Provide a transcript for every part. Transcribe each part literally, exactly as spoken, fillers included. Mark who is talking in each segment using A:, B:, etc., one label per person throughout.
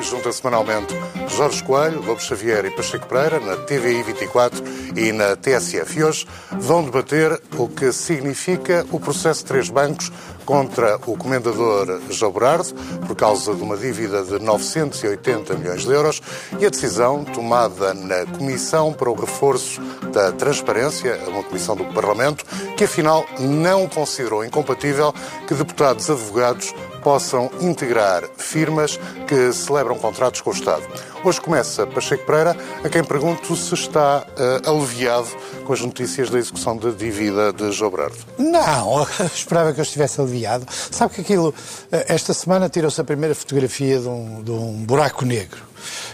A: junta semanalmente Jorge Coelho, Lobo Xavier e Pacheco Pereira na T V I vinte e quatro e na T S F. E hoje vão debater o que significa o processo de três bancos contra o comendador João Berardo por causa de uma dívida de novecentos e oitenta milhões de euros e a decisão tomada na Comissão para o Reforço da Transparência, uma comissão do Parlamento, que afinal não considerou incompatível que deputados advogados possam integrar firmas que celebram contratos com o Estado. Hoje começa Pacheco Pereira, a quem pergunto se está uh, aliviado com as notícias da execução da dívida de João Berardo.
B: Não, esperava que eu estivesse aliviado. Sabe que aquilo, esta semana tirou-se a primeira fotografia de um, de um buraco negro.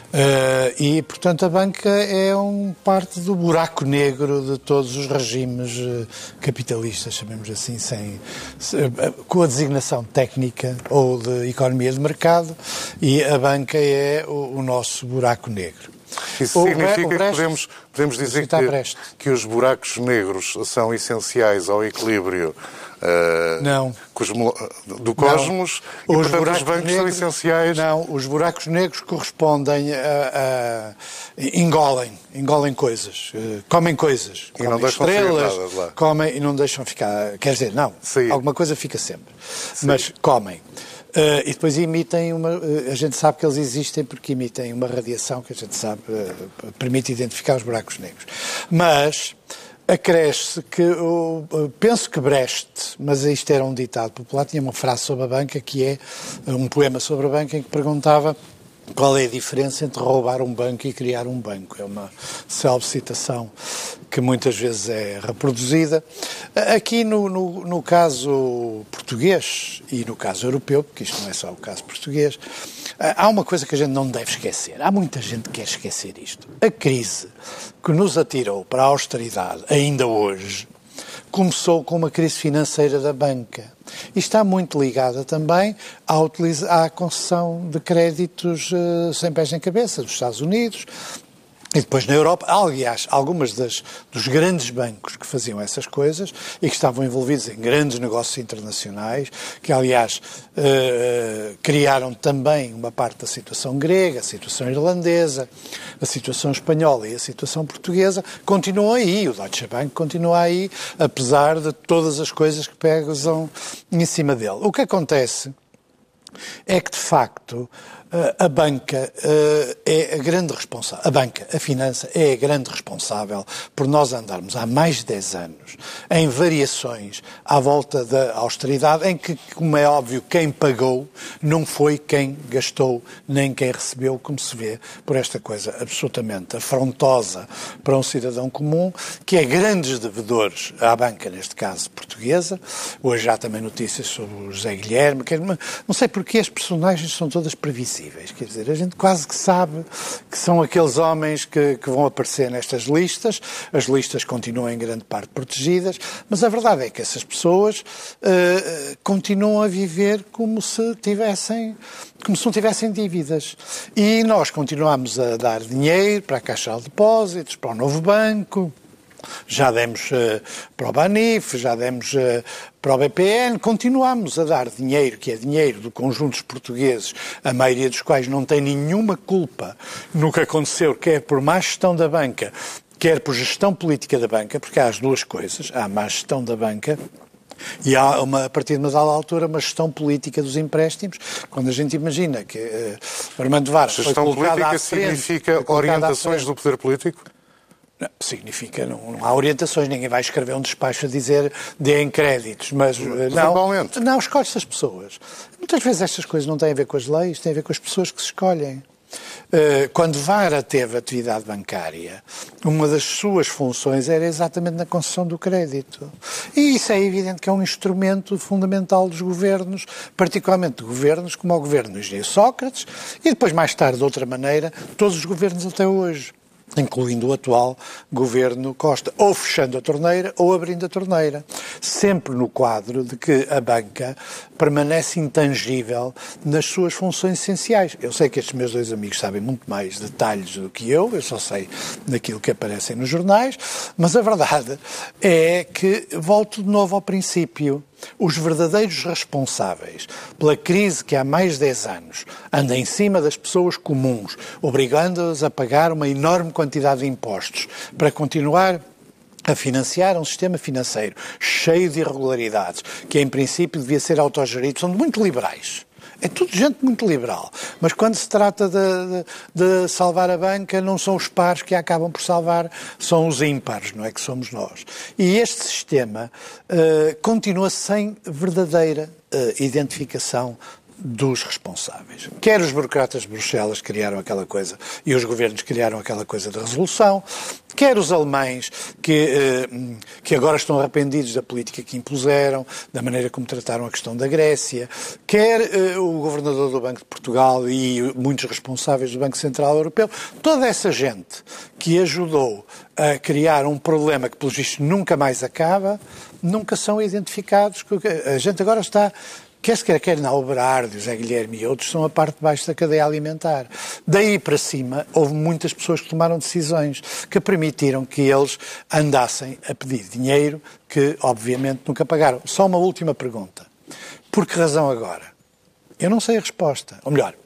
B: Uh, e, portanto, a banca é um parte do buraco negro de todos os regimes uh, capitalistas, chamemos assim, sem, se, uh, com a designação técnica ou de economia de mercado, e a banca é o, o nosso buraco negro.
A: Isso
B: o,
A: significa
B: o
A: que
B: Brecht,
A: podemos, podemos dizer que, que os buracos negros são essenciais ao equilíbrio uh,
B: não.
A: Cosmo, do cosmos
B: não.
A: e,
B: Os
A: portanto, os bancos
B: negros,
A: são essenciais.
B: Não, os buracos negros correspondem a... a engolem, engolem coisas, uh, comem coisas,
A: e
B: comem
A: não deixam
B: estrelas,
A: nada de lá.
B: Comem e não deixam ficar, quer dizer, não,
A: Sim.
B: alguma coisa fica sempre,
A: Sim.
B: mas comem. Uh, e depois emitem uma... Uh, a gente sabe que eles existem porque emitem uma radiação que a gente sabe uh, permite identificar os buracos negros. Mas acresce que... Uh, uh, penso que Brecht, mas isto era um ditado popular, tinha uma frase sobre a banca que é uh, um poema sobre a banca em que perguntava qual é a diferença entre roubar um banco e criar um banco. É uma célebre citação que muitas vezes é reproduzida. Aqui no, no, no caso português e no caso europeu, porque isto não é só o caso português, há uma coisa que a gente não deve esquecer. Há muita gente que quer esquecer isto. A crise que nos atirou para a austeridade, ainda hoje, começou com uma crise financeira da banca. E está muito ligada também à, utiliza- à concessão de créditos uh, sem pés nem cabeça dos Estados Unidos e depois na Europa. Aliás, algumas das, dos grandes bancos que faziam essas coisas e que estavam envolvidos em grandes negócios internacionais, que aliás uh, criaram também uma parte da situação grega, a situação irlandesa, a situação espanhola e a situação portuguesa, continuam aí. O Deutsche Bank continua aí, apesar de todas as coisas que pesam em cima dele. O que acontece é que, de facto, a banca é a grande responsável, a banca, a finança é a grande responsável por nós andarmos há mais de dez anos em variações à volta da austeridade, em que, como é óbvio, quem pagou não foi quem gastou, nem quem recebeu, como se vê por esta coisa absolutamente afrontosa para um cidadão comum, que é grandes devedores à banca, neste caso portuguesa. Hoje há também notícias sobre o José Guilherme, que não sei porque as personagens são todas previsíveis. Quer dizer, a gente quase que sabe que são aqueles homens que, que vão aparecer nestas listas. As listas continuam em grande parte protegidas, mas a verdade é que essas pessoas uh, continuam a viver como se tivessem, como se não tivessem dívidas. E nós continuamos a dar dinheiro para a Caixa de Depósitos, para o novo banco. Já demos uh, para o Banif, já demos uh, para o B P N, continuamos a dar dinheiro, que é dinheiro de conjuntos portugueses, a maioria dos quais não tem nenhuma culpa no que aconteceu, quer por má gestão da banca, quer por gestão política da banca, porque há as duas coisas, há a má gestão da banca e há, uma, a partir de uma dada altura, uma gestão política dos empréstimos, quando a gente imagina que uh, Armando Vara foi colocado à frente...
A: Gestão política significa orientações do poder político?
B: Não, significa, não, não há orientações, ninguém vai escrever um despacho a dizer deem créditos, mas não, não escolhe-se as pessoas. Muitas vezes estas coisas não têm a ver com as leis, têm a ver com as pessoas que se escolhem. Quando Vara teve atividade bancária, uma das suas funções era exatamente na concessão do crédito. E isso é evidente que é um instrumento fundamental dos governos, particularmente de governos como o governo do engenheiro Sócrates e depois, mais tarde, de outra maneira, todos os governos até hoje, incluindo o atual governo Costa, ou fechando a torneira ou abrindo a torneira. Sempre no quadro de que a banca permanece intangível nas suas funções essenciais. Eu sei que estes meus dois amigos sabem muito mais detalhes do que eu, eu só sei daquilo que aparecem nos jornais, mas a verdade é que volto de novo ao princípio. os verdadeiros responsáveis pela crise que há mais de dez anos anda em cima das pessoas comuns, obrigando-as a pagar uma enorme quantidade de impostos para continuar a financiar um sistema financeiro cheio de irregularidades, que em princípio devia ser autogerido, são muito liberais. É tudo gente muito liberal, mas quando se trata de, de, de salvar a banca, não são os pares que a acabam por salvar, são os ímpares, não é que somos nós. E este sistema uh, continua sem verdadeira uh, identificação dos responsáveis. Quer os burocratas de Bruxelas criaram aquela coisa e os governos criaram aquela coisa de resolução, quer os alemães que, que agora estão arrependidos da política que impuseram, da maneira como trataram a questão da Grécia, quer o governador do Banco de Portugal e muitos responsáveis do Banco Central Europeu, toda essa gente que ajudou a criar um problema que, pelos vistos, nunca mais acaba, nunca são identificados. A gente agora está... Quer se quer, quer na Oberardi, o José Guilherme e outros, são a parte de baixo da cadeia alimentar. Daí para cima, houve muitas pessoas que tomaram decisões que permitiram que eles andassem a pedir dinheiro que, obviamente, nunca pagaram. Só uma última pergunta. Por que razão agora? Eu não sei a resposta. Ou melhor,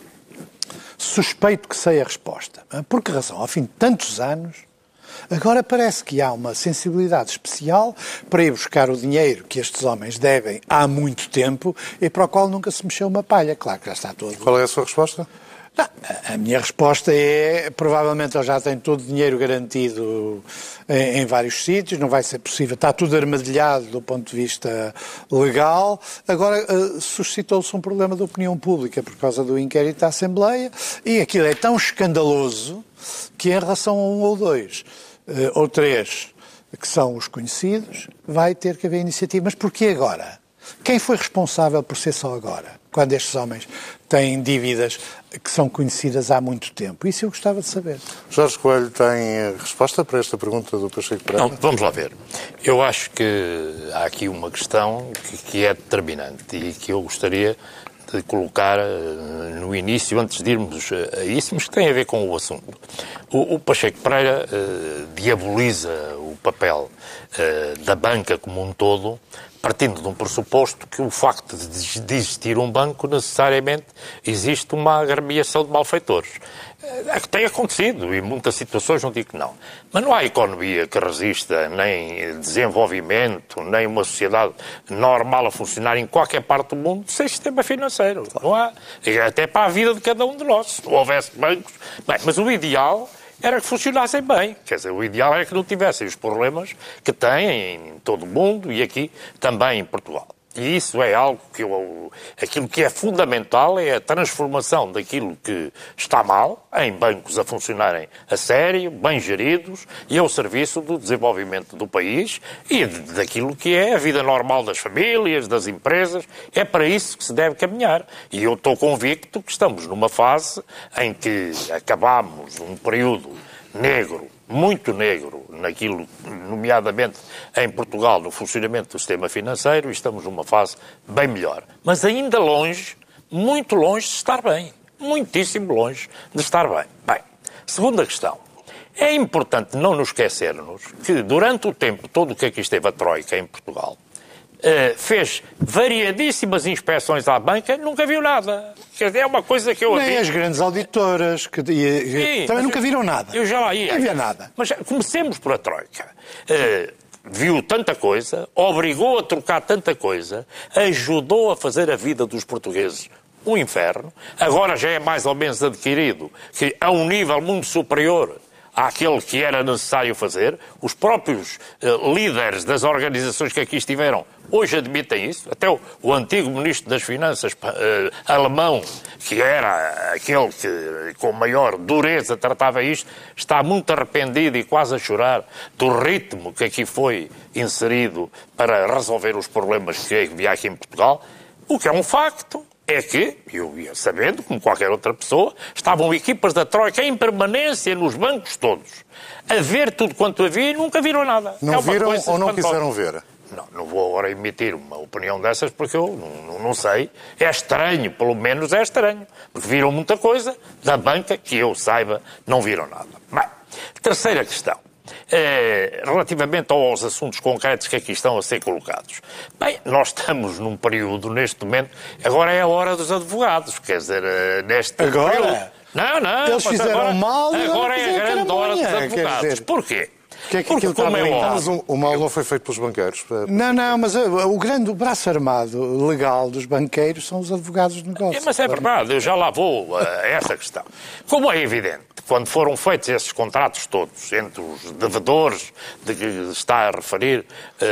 B: suspeito que sei a resposta. Por que razão? Ao fim de tantos anos... Agora parece que há uma sensibilidade especial para ir buscar o dinheiro que estes homens devem há muito tempo e para o qual nunca se mexeu uma palha. Claro que já está todo...
A: Qual é a sua resposta?
B: Não, a minha resposta é, provavelmente ele já tem todo o dinheiro garantido em, em vários sítios, não vai ser possível, está tudo armadilhado do ponto de vista legal. Agora, uh, suscitou-se um problema de opinião pública por causa do inquérito da Assembleia e aquilo é tão escandaloso que em relação a um ou dois... Uh, ou três, que são os conhecidos, vai ter que haver iniciativa. Mas porquê agora? Quem foi responsável por ser só agora? Quando estes homens têm dívidas que são conhecidas há muito tempo? Isso eu gostava de saber.
A: Jorge Coelho tem resposta para esta pergunta do Pacheco Pereira?
C: Não, vamos lá ver. Eu acho que há aqui uma questão que, que é determinante e que eu gostaria de colocar uh, no início, antes de irmos a isso, mas que tem a ver com o assunto. O, o Pacheco Pereira uh, diaboliza o papel uh, da banca como um todo, partindo de um pressuposto que o facto de, de existir um banco, necessariamente existe uma agremiação de malfeitores. É que tem acontecido, e em muitas situações não digo que não. Mas não há economia que resista, nem desenvolvimento, nem uma sociedade normal a funcionar em qualquer parte do mundo sem sistema financeiro. Não há. Até para a vida de cada um de nós. Se não houvesse bancos... Bem, mas o ideal era que funcionassem bem. Quer dizer, o ideal era que não tivessem os problemas que têm em todo o mundo e aqui também em Portugal. E isso é algo que eu... Aquilo que é fundamental é a transformação daquilo que está mal em bancos a funcionarem a sério, bem geridos e ao serviço do desenvolvimento do país e daquilo que é a vida normal das famílias, das empresas. É para isso que se deve caminhar. E eu estou convicto que estamos numa fase em que acabamos um período negro, muito negro, naquilo, nomeadamente em Portugal, no funcionamento do sistema financeiro, e estamos numa fase bem melhor. Mas ainda longe, muito longe de estar bem. Muitíssimo longe de estar bem. Bem, segunda questão. É importante não nos esquecermos que, durante o tempo todo que aqui esteve a Troika em Portugal, Uh, fez variadíssimas inspeções à banca, nunca viu nada. Quer dizer, é uma coisa que eu...
B: Nem as grandes auditoras, que, e, Sim, também nunca viram nada.
C: Eu já lá ia.
B: Não havia nada.
C: Mas comecemos por a Troika. Uh, viu tanta coisa, obrigou a trocar tanta coisa, ajudou a fazer a vida dos portugueses um inferno. Agora já é mais ou menos adquirido que, a um nível muito superior àquele que era necessário fazer. Os próprios uh, líderes das organizações que aqui estiveram hoje admitem isso. Até o, o antigo Ministro das Finanças uh, alemão, que era aquele que com maior dureza tratava isto, está muito arrependido e quase a chorar do ritmo que aqui foi inserido para resolver os problemas que havia aqui em Portugal. O que é um facto é que, eu ia sabendo, como qualquer outra pessoa, estavam equipas da Troika em permanência nos bancos todos, a ver tudo quanto havia e nunca viram nada.
A: Não
C: é
A: viram ou não
C: espantosa.
A: quiseram ver?
C: Não, não vou agora emitir uma opinião dessas porque eu não, não, não sei. É estranho, pelo menos é estranho. Porque viram muita coisa da banca que eu saiba, não viram nada. Bem, terceira questão. eh, relativamente aos assuntos concretos que aqui estão a ser colocados. Bem, nós estamos num período, neste momento, agora é a hora dos advogados, quer dizer, eh, neste
B: agora?
C: período... Não, não,
B: eles fizeram
C: agora,
B: mal e
C: agora é a grande hora dos
B: amanhã,
C: advogados. Porquê?
B: Que é que
C: Porque, como é óbvio,
A: Mas o, o mal não foi feito pelos banqueiros.
B: Não, não, mas o grande o braço armado legal dos banqueiros são os advogados de negócio.
C: É, mas é verdade, eu já lá vou a essa questão. Como é evidente, quando foram feitos esses contratos todos entre os devedores de que está a referir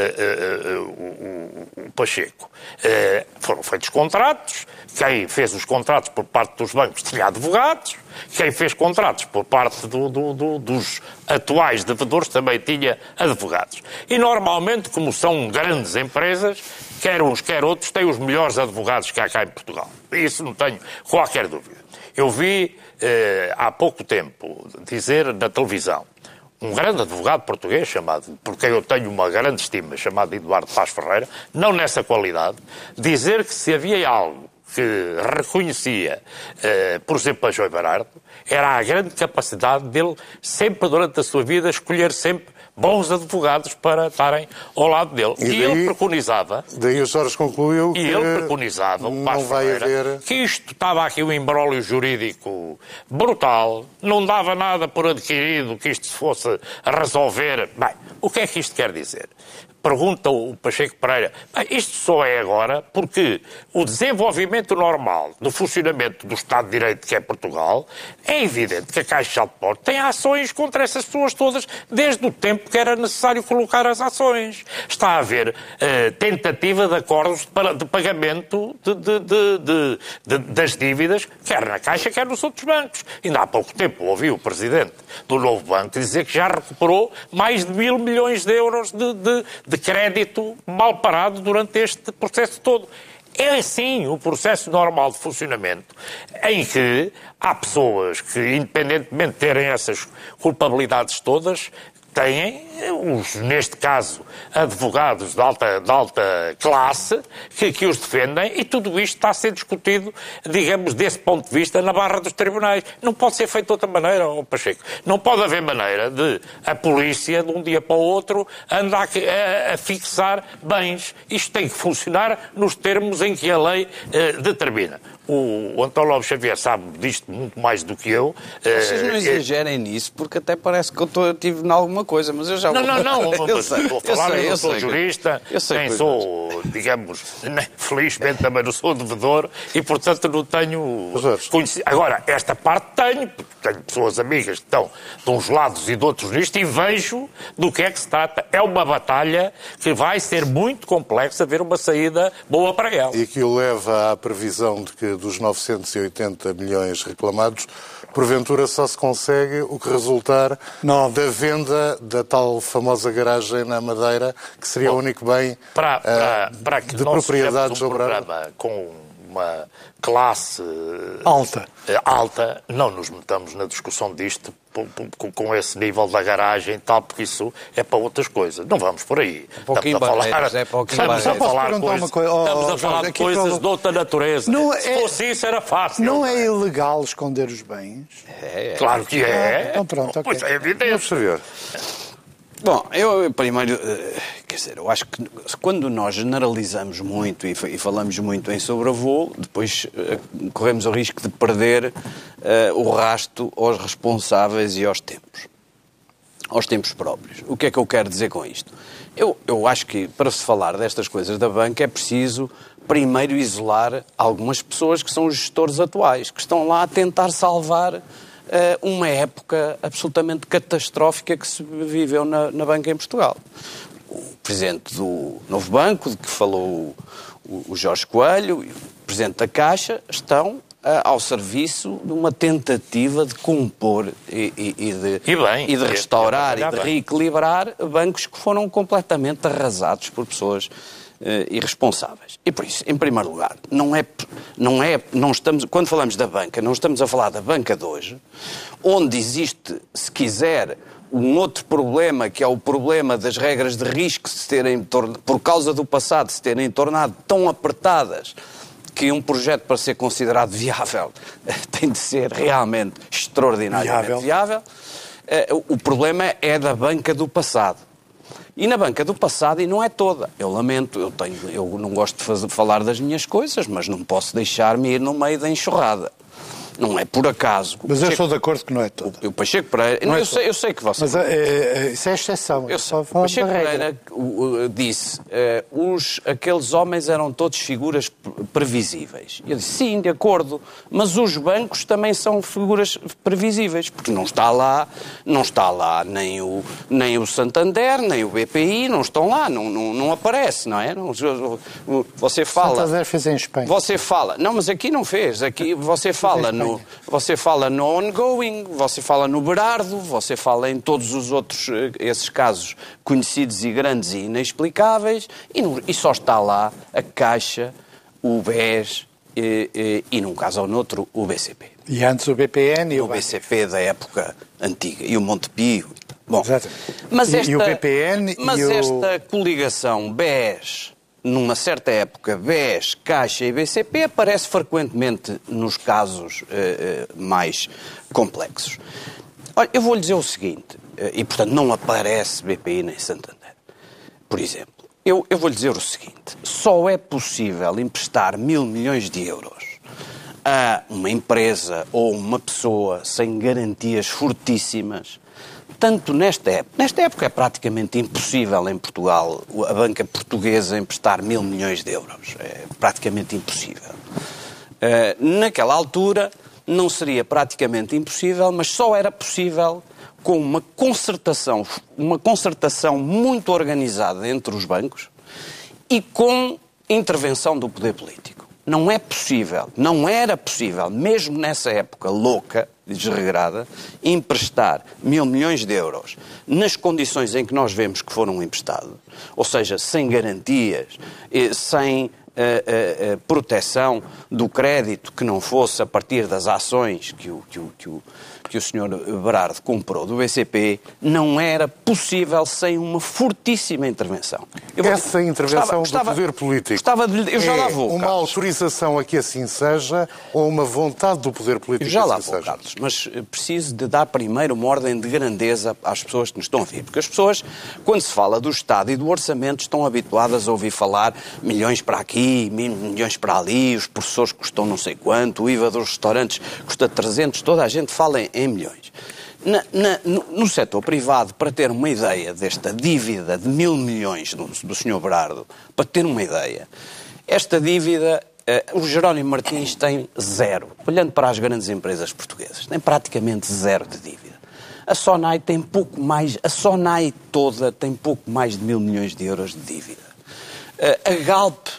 C: uh, uh, uh, o, o Pacheco, uh, foram feitos contratos, quem fez os contratos por parte dos bancos tinha advogados, quem fez contratos por parte do, do, do, dos atuais devedores também tinha advogados. E normalmente, como são grandes empresas, quer uns, quer outros, têm os melhores advogados que há cá em Portugal. Isso não tenho qualquer dúvida. Eu vi eh, há pouco tempo dizer na televisão um grande advogado português, chamado, porque eu tenho uma grande estima, chamado Eduardo Paz Ferreira, não nessa qualidade, dizer que se havia algo que reconhecia, eh, por exemplo, a João Berardo, era a grande capacidade dele, sempre durante a sua vida, escolher sempre bons advogados para estarem ao lado dele. E, e daí, ele preconizava...
A: Daí o Soros concluiu que
C: E ele preconizava, o Paz Ferreira, haver... que isto estava aqui um imbróglio jurídico brutal, não dava nada por adquirido que isto se fosse resolver. Bem, o que é que isto quer dizer? Pergunta o Pacheco Pereira. Bem, isto só é agora porque o desenvolvimento normal do funcionamento do Estado de Direito que é Portugal, é evidente que a Caixa de Depósitos tem ações contra essas pessoas todas desde o tempo que era necessário colocar as ações. Está a haver uh, tentativa de acordos de, de pagamento de, de, de, de, de, das dívidas, quer na Caixa, quer nos outros bancos. Ainda há pouco tempo ouvi o Presidente do novo banco dizer que já recuperou mais de mil milhões de euros de, de, de crédito mal parado durante este processo todo. É assim o processo normal de funcionamento, em que há pessoas que, independentemente de terem essas culpabilidades todas, têm, os, neste caso, advogados de alta, de alta classe que, que os defendem, e tudo isto está a ser discutido, digamos, desse ponto de vista, na barra dos tribunais. Não pode ser feito de outra maneira, oh Pacheco. Não pode haver maneira de a polícia, de um dia para o outro, andar a, a fixar bens. Isto tem que funcionar nos termos em que a lei eh, determina. O, o António Lobo Xavier sabe disto muito mais do que eu.
D: Vocês não exagerem é... nisso, porque até parece que eu estou ativo em alguma coisa, mas eu já vou...
C: Não, não, não,
D: eu sei,
C: estou a falar, eu,
D: eu,
C: eu não
D: sei,
C: sou
D: eu
C: jurista,
D: sei
C: nem sou, digamos, nem, felizmente também não sou devedor, e portanto não tenho conhecido. Agora, esta parte tenho, porque tenho pessoas amigas que estão de uns lados e de outros nisto, e vejo do que é que se trata. É uma batalha que vai ser muito complexa, haver uma saída boa para ela.
A: E que o leva à previsão de que dos novecentos e oitenta milhões reclamados, porventura só se consegue o que resultar Nove. da venda da tal famosa garagem na Madeira, que seria Bom, o único bem
C: para, para,
A: uh,
C: para que
A: de
C: nós
A: propriedades
C: um programa com uma classe
B: alta.
C: alta, não nos metamos na discussão disto com esse nível da garagem e tal, porque isso é para outras coisas. Não vamos por aí.
D: Um pouquinho
C: estamos a falar,
D: barreiros, é
C: estamos a falar, coisa, coisa, oh, estamos a falar de coisas pelo... de outra natureza. Não Se é, fosse isso era fácil.
B: Não é ilegal esconder os bens?
C: É, é. Claro que é.
B: Ah, então pronto,
C: pois
B: okay.
C: é evidente.
D: Bom, eu primeiro, quer dizer, eu acho que quando nós generalizamos muito e falamos muito em sobrevoo, depois corremos o risco de perder uh, o rasto aos responsáveis e aos tempos, aos tempos próprios. O que é que eu quero dizer com isto? Eu, eu acho que para se falar destas coisas da banca é preciso primeiro isolar algumas pessoas que são os gestores atuais, que estão lá a tentar salvar uma época absolutamente catastrófica que se viveu na, na banca em Portugal. O presidente do Novo Banco, de que falou o, o Jorge Coelho, e o presidente da Caixa, estão uh, ao serviço de uma tentativa de compor e, e, e de,
C: e bem,
D: e de restaurar
C: e,
D: e de reequilibrar bancos que foram completamente arrasados por pessoas Uh, irresponsáveis. E por isso, em primeiro lugar, não é, não é, não estamos, quando falamos da banca, não estamos a falar da banca de hoje, onde existe, se quiser, um outro problema, que é o problema das regras de risco se terem, por causa do passado, se terem tornado tão apertadas que um projeto, para ser considerado viável, tem de ser realmente extraordinariamente viável. viável. Uh, o problema é da banca do passado. E na banca do passado, e não é toda. Eu lamento, eu, tenho, eu não gosto de fazer, falar das minhas coisas, mas não posso deixar-me ir no meio da enxurrada. Não é por acaso.
B: Mas eu estou de acordo que não é toda.
D: O, o Pacheco Pereira... Não,
B: não é
D: eu, sei, eu sei que você...
B: Mas é, é, isso é exceção.
D: Eu
B: só
D: o Pacheco Pereira uh, uh, disse uh, os, aqueles homens eram todos figuras previsíveis. Eu disse, sim, de acordo, mas os bancos também são figuras previsíveis, porque não está lá, não está lá nem o, nem o Santander, nem o B P I, não estão lá, não, não, não aparece, não é? Não, você fala...
B: Santander fez em Espanha.
D: Você fala... Não, mas aqui não fez. Aqui você fala no... Você fala no ongoing, você fala no Berardo, você fala em todos os outros, esses casos conhecidos e grandes e inexplicáveis, e, no, e só está lá a Caixa, o B E S e, e, e num caso ou noutro, o B C P.
B: E antes o B P N e o,
D: o B C P da época antiga, e o Montepio. Bom,
B: exatamente.
D: mas esta,
B: e o B P N
D: mas
B: e o...
D: esta coligação B E S... numa certa época, B E S, Caixa e B C P aparece frequentemente nos casos uh, uh, mais complexos. Olha, eu vou-lhe dizer o seguinte, uh, e portanto não aparece B P I nem Santander. Por exemplo, eu, eu vou-lhe dizer o seguinte, só é possível emprestar mil milhões de euros a uma empresa ou uma pessoa sem garantias fortíssimas. Tanto nesta época, nesta época é praticamente impossível em Portugal a banca portuguesa emprestar mil milhões de euros. É praticamente impossível. Uh, naquela altura não seria praticamente impossível, mas só era possível com uma concertação, uma concertação muito organizada entre os bancos e com intervenção do poder político. Não é possível, não era possível, mesmo nessa época louca, desregrada, emprestar mil milhões de euros nas condições em que nós vemos que foram emprestados, ou seja, sem garantias, sem a, a, a proteção do crédito que não fosse a partir das ações que o, que o, que o, que o senhor Berardo comprou do B C P, não era possível sem uma fortíssima intervenção.
A: Eu Essa vou... intervenção gostava, gostava, do poder político
D: gostava de... eu já
A: é
D: lá vou,
A: uma
D: Carlos.
A: autorização a que assim seja ou uma vontade do poder político
D: eu já
A: que
D: lá
A: assim
D: vou,
A: seja?
D: Carlos, mas preciso de dar primeiro uma ordem de grandeza às pessoas que nos estão a ouvir, porque as pessoas, quando se fala do Estado e do orçamento, estão habituadas a ouvir falar milhões para aqui, milhões para ali, os professores custam não sei quanto, o I V A dos restaurantes custa trezentos, toda a gente fala em, em milhões. Na, na, no, no setor privado, para ter uma ideia desta dívida de mil milhões do, do senhor Berardo, para ter uma ideia, esta dívida, uh, o Jerónimo Martins tem zero. Olhando para as grandes empresas portuguesas, tem praticamente zero de dívida. A Sonai tem pouco mais, a Sonai toda tem pouco mais de mil milhões de euros de dívida. Uh, a Galp,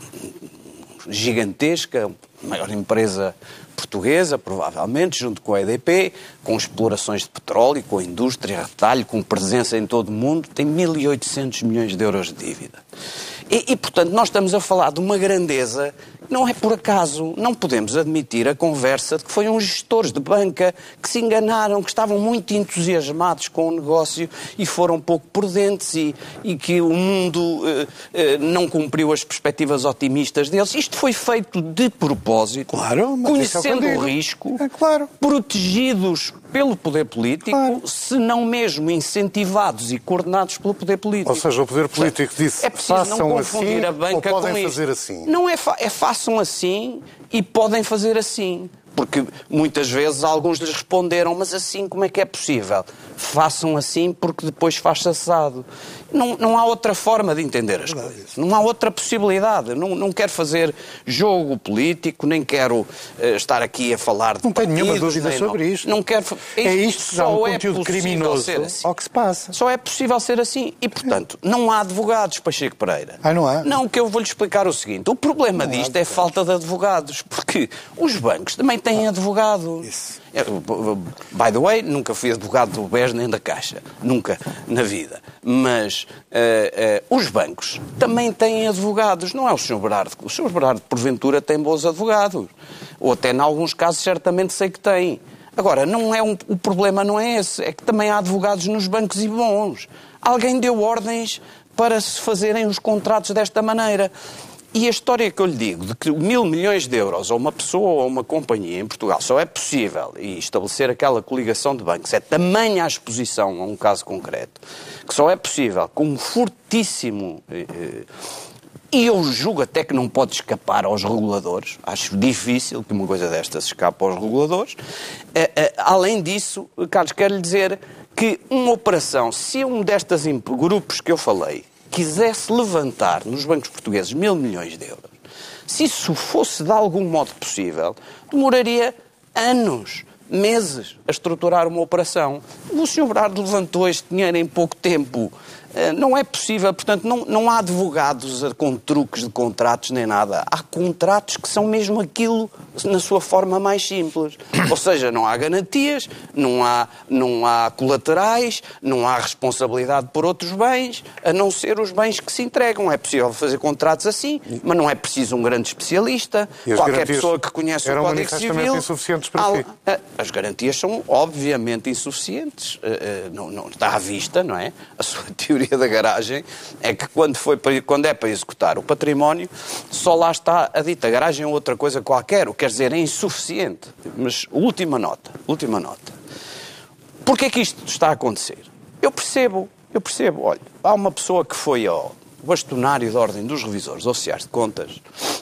D: gigantesca, a maior empresa portuguesa, provavelmente, junto com a E D P, com explorações de petróleo, com a indústria, retalho, com presença em todo o mundo, tem mil e oitocentos milhões de euros de dívida. E, e, portanto, nós estamos a falar de uma grandeza que não é por acaso. Não podemos admitir a conversa de que foram uns gestores de banca que se enganaram, que estavam muito entusiasmados com o negócio e foram pouco prudentes e, e que o mundo eh, eh, não cumpriu as perspectivas otimistas deles. Isto foi feito de propósito,
B: claro,
D: conhecendo o risco,
B: é claro.
D: protegidos pelo poder político, claro. Se não mesmo incentivados e coordenados pelo poder político.
A: Ou seja, o poder político disse,
D: é preciso
A: façam
D: não confundir
A: assim,
D: a banca
A: ou podem
D: com
A: fazer
D: isto.
A: assim?
D: Não é, fa- é façam assim e podem fazer assim. Porque muitas vezes alguns lhes responderam, mas assim como é que é possível? Façam assim porque depois faz-se assado. Não, não há outra forma de entender as coisas. Não há outra possibilidade. Não, não quero fazer jogo político, nem quero uh, estar aqui a falar de
B: Não tenho
D: partidos,
B: nenhuma dúvida
D: nem,
B: sobre
D: não,
B: isto.
D: Não quero,
B: é, é isto que dá um conteúdo
D: é
B: criminoso
D: assim.
B: ao que se passa.
D: Só é possível ser assim. E, portanto, não há advogados, Pacheco Pereira.
B: Ah, não há?
D: Não, que eu vou-lhe explicar o seguinte. O problema
B: não
D: disto é a falta de advogados. Porque os bancos também têm advogado.
B: Isso.
D: By the way, nunca fui advogado do B E S nem da Caixa. Nunca na vida. Mas uh, uh, os bancos também têm advogados. Não é o senhor Berardo. O senhor Berardo, porventura, tem bons advogados. Ou até, em alguns casos, certamente sei que tem. Agora, não é um, o problema não é esse. É que também há advogados nos bancos e bons. Alguém deu ordens para se fazerem os contratos desta maneira. E a história que eu lhe digo, de que mil milhões de euros a uma pessoa ou a uma companhia em Portugal só é possível, e estabelecer aquela coligação de bancos, é tamanha a exposição a um caso concreto, que só é possível com um fortíssimo... Eh, e eu julgo até que não pode escapar aos reguladores. Acho difícil que uma coisa destas escape aos reguladores. Eh, eh, além disso, Carlos, quero lhe dizer que uma operação, se um destes grupos que eu falei quisesse levantar nos bancos portugueses mil milhões de euros, se isso fosse de algum modo possível, demoraria anos, meses a estruturar uma operação. O senhor Berardo levantou este dinheiro em pouco tempo. Não é possível, portanto, não, não há advogados com truques de contratos nem nada. Há contratos que são mesmo aquilo na sua forma mais simples. Ou seja, não há garantias, não há, não há colaterais, não há responsabilidade por outros bens, a não ser os bens que se entregam. É possível fazer contratos assim, mas não é preciso um grande especialista. Qualquer pessoa que conhece o Código Civil...
A: Eram insuficientes para si.
D: As garantias são, obviamente, insuficientes. Não, não, está à vista, não é? A sua teoria da garagem é que quando, foi para, quando é para executar o património, só lá está a dita garagem ou outra coisa qualquer, o que quer dizer é insuficiente. Mas última nota, última nota. Porquê é que isto está a acontecer? Eu percebo, eu percebo. Olha, há uma pessoa que foi ao bastonário da Ordem dos Revisores Oficiais de Contas,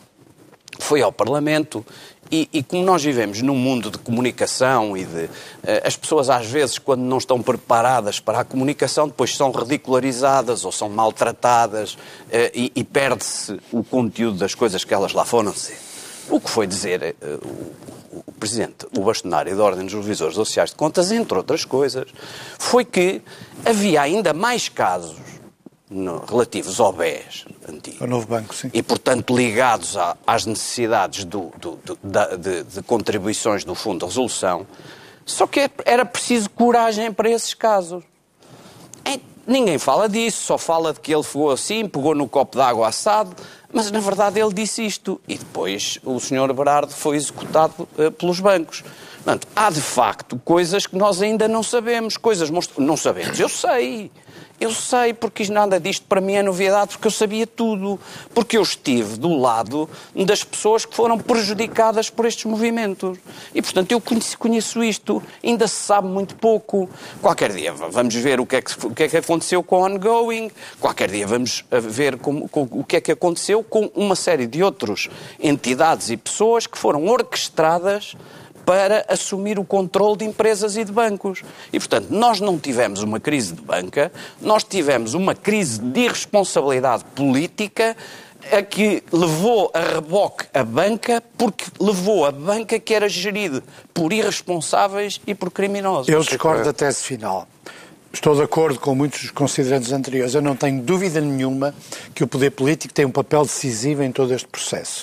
D: foi ao Parlamento e, e como nós vivemos num mundo de comunicação e de... Uh, as pessoas às vezes, quando não estão preparadas para a comunicação, depois são ridicularizadas ou são maltratadas uh, e, e perde-se o conteúdo das coisas que elas lá foram dizer. O que foi dizer uh, o, o Presidente, o bastonário da Ordem dos Revisores Oficiais de Contas, entre outras coisas, foi que havia ainda mais casos No, relativos ao B E S antigo.
B: Ao novo banco, sim.
D: E, portanto, ligados a, às necessidades do, do, do, da, de, de contribuições do Fundo de Resolução, só que era preciso coragem para esses casos. É, ninguém fala disso, só fala de que ele ficou assim, pegou no copo de água assado, mas, na verdade, ele disse isto. E depois o senhor Berardo foi executado uh, pelos bancos. Portanto, há, de facto, coisas que nós ainda não sabemos. Coisas monstru... Não sabemos, eu sei. Eu sei, porque nada disto para mim é novidade, porque eu sabia tudo. Porque eu estive do lado das pessoas que foram prejudicadas por estes movimentos. E, portanto, eu conheço, conheço isto. Ainda se sabe muito pouco. Qualquer dia vamos ver o que é que, o que, é que aconteceu com o ongoing. Qualquer dia vamos ver com, com, o que é que aconteceu com uma série de outras entidades e pessoas que foram orquestradas para assumir o controle de empresas e de bancos. E, portanto, nós não tivemos uma crise de banca, nós tivemos uma crise de irresponsabilidade política a que levou a reboque a banca, porque levou a banca que era gerida por irresponsáveis e por criminosos.
B: Eu discordo da tese final. Estou de acordo com muitos dos considerandos anteriores. Eu não tenho dúvida nenhuma que o poder político tem um papel decisivo em todo este processo.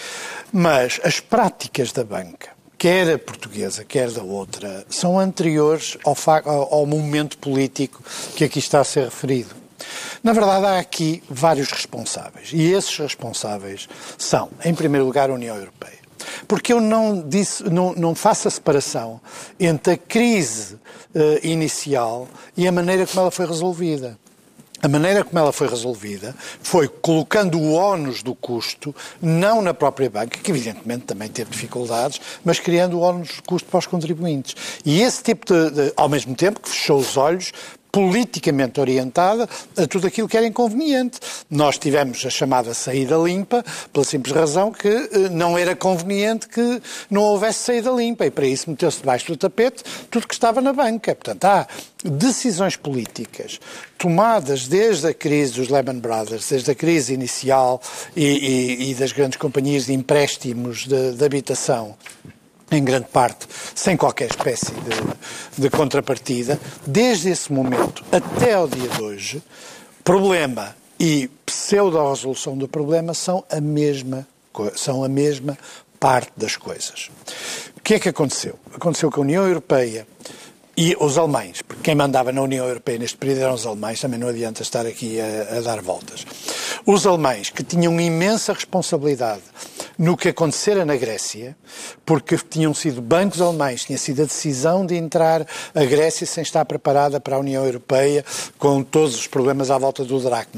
B: Mas as práticas da banca, quer a portuguesa, quer da outra, são anteriores ao, ao, ao momento político que aqui está a ser referido. Na verdade, há aqui vários responsáveis. E esses responsáveis são, em primeiro lugar, a União Europeia. Porque eu não, disse, não, não faço a separação entre a crise uh, inicial e a maneira como ela foi resolvida. A maneira como ela foi resolvida foi colocando o ónus do custo, não na própria banca, que evidentemente também teve dificuldades, mas criando o ónus do custo para os contribuintes. E esse tipo de, de ao mesmo tempo que fechou os olhos, politicamente orientada a tudo aquilo que era inconveniente. Nós tivemos a chamada saída limpa, pela simples razão que eh, não era conveniente que não houvesse saída limpa, e para isso meteu-se debaixo do tapete tudo que estava na banca. Portanto, há decisões políticas tomadas desde a crise dos Lehman Brothers, desde a crise inicial e, e, e das grandes companhias de empréstimos de, de habitação, em grande parte, sem qualquer espécie de, de contrapartida, desde esse momento até ao dia de hoje, problema e pseudo-resolução do problema são a mesma, são a mesma parte das coisas. O que é que aconteceu? Aconteceu que a União Europeia e os alemães, porque quem mandava na União Europeia neste período eram os alemães, também não adianta estar aqui a, a dar voltas. Os alemães, que tinham imensa responsabilidade no que acontecera na Grécia, porque tinham sido bancos alemães, tinha sido a decisão de entrar a Grécia sem estar preparada para a União Europeia, com todos os problemas à volta do dracma.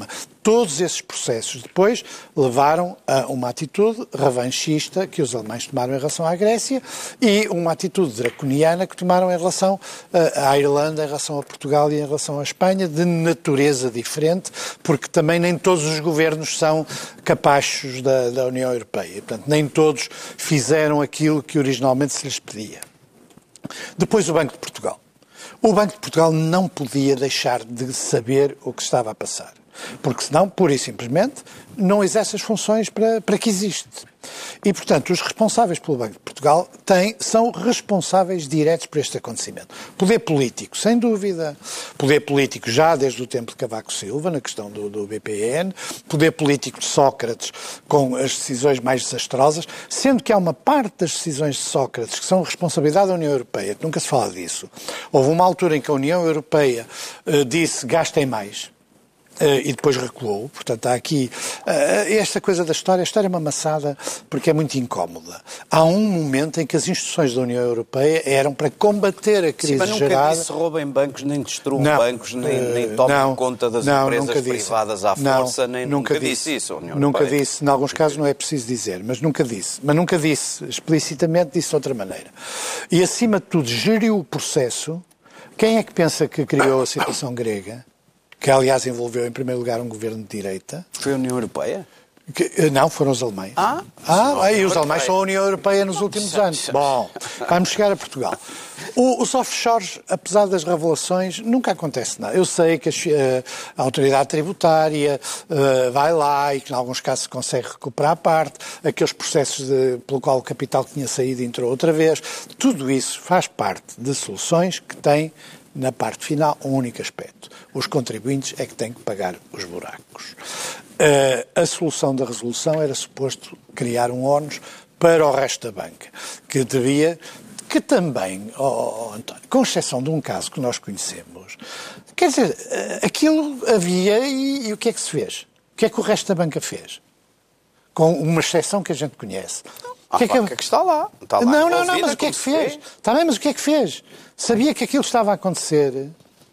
B: todos esses processos depois levaram a uma atitude revanchista que os alemães tomaram em relação à Grécia e uma atitude draconiana que tomaram em relação à Irlanda, em relação a Portugal e em relação à Espanha, de natureza diferente, porque também nem todos os governos são capachos da, da União Europeia. Portanto, nem todos fizeram aquilo que originalmente se lhes pedia. Depois o Banco de Portugal. O Banco de Portugal não podia deixar de saber o que estava a passar, porque senão, pura e simplesmente, não exerce as funções para, para que existe. E, portanto, os responsáveis pelo Banco de Portugal têm, são responsáveis diretos por este acontecimento. Poder político, sem dúvida. Poder político já desde o tempo de Cavaco Silva, na questão do, do B P N. Poder político de Sócrates, com as decisões mais desastrosas. Sendo que há uma parte das decisões de Sócrates que são responsabilidade da União Europeia, que nunca se fala disso. Houve uma altura em que a União Europeia uh, disse gastem mais. Uh, e depois recuou. Portanto, há aqui uh, esta coisa da história. A história é uma maçada porque é muito incómoda. Há um momento em que as instituições da União Europeia eram para combater a crise
D: Sim, mas nunca
B: gerada...
D: disse roubem bancos, nem destruam
B: não,
D: bancos, nem,
B: uh,
D: nem tomem
B: não,
D: conta das
B: não,
D: empresas privadas à força,
B: não,
D: nem
B: nunca,
D: nunca
B: disse,
D: disse isso. A União
B: nunca
D: Europeia.
B: disse, em alguns casos não é preciso dizer, mas nunca disse. Mas nunca disse, explicitamente disse de outra maneira. E, acima de tudo, geriu o processo. Quem é que pensa que criou a situação grega? Que, aliás, envolveu, em primeiro lugar, um governo de direita.
D: Foi a União Europeia?
B: Que, não, foram os alemães.
D: Ah,
B: ah aí os alemães são a União Europeia nos últimos anos. Bom, vamos chegar a Portugal. O, os offshores, apesar das revelações, nunca acontece nada. Eu sei que a, a autoridade tributária uh, vai lá e que, em alguns casos, se consegue recuperar a parte, aqueles processos de, pelo qual o capital que tinha saído entrou outra vez. Tudo isso faz parte de soluções que têm, na parte final, um único aspecto. Os contribuintes é que têm que pagar os buracos. Uh, a solução da resolução era suposto criar um ónus para o resto da banca, que devia, que também, oh, oh, António, com exceção de um caso que nós conhecemos, quer dizer, uh, aquilo havia e, e o que é que se fez? O que é que o resto da banca fez? Com uma exceção que a gente conhece.
D: A
B: que é
D: faca que, que está lá. Está lá
B: não, não, não, mas o que é que fez? Está bem, mas o que é que fez? Sabia que aquilo estava a acontecer.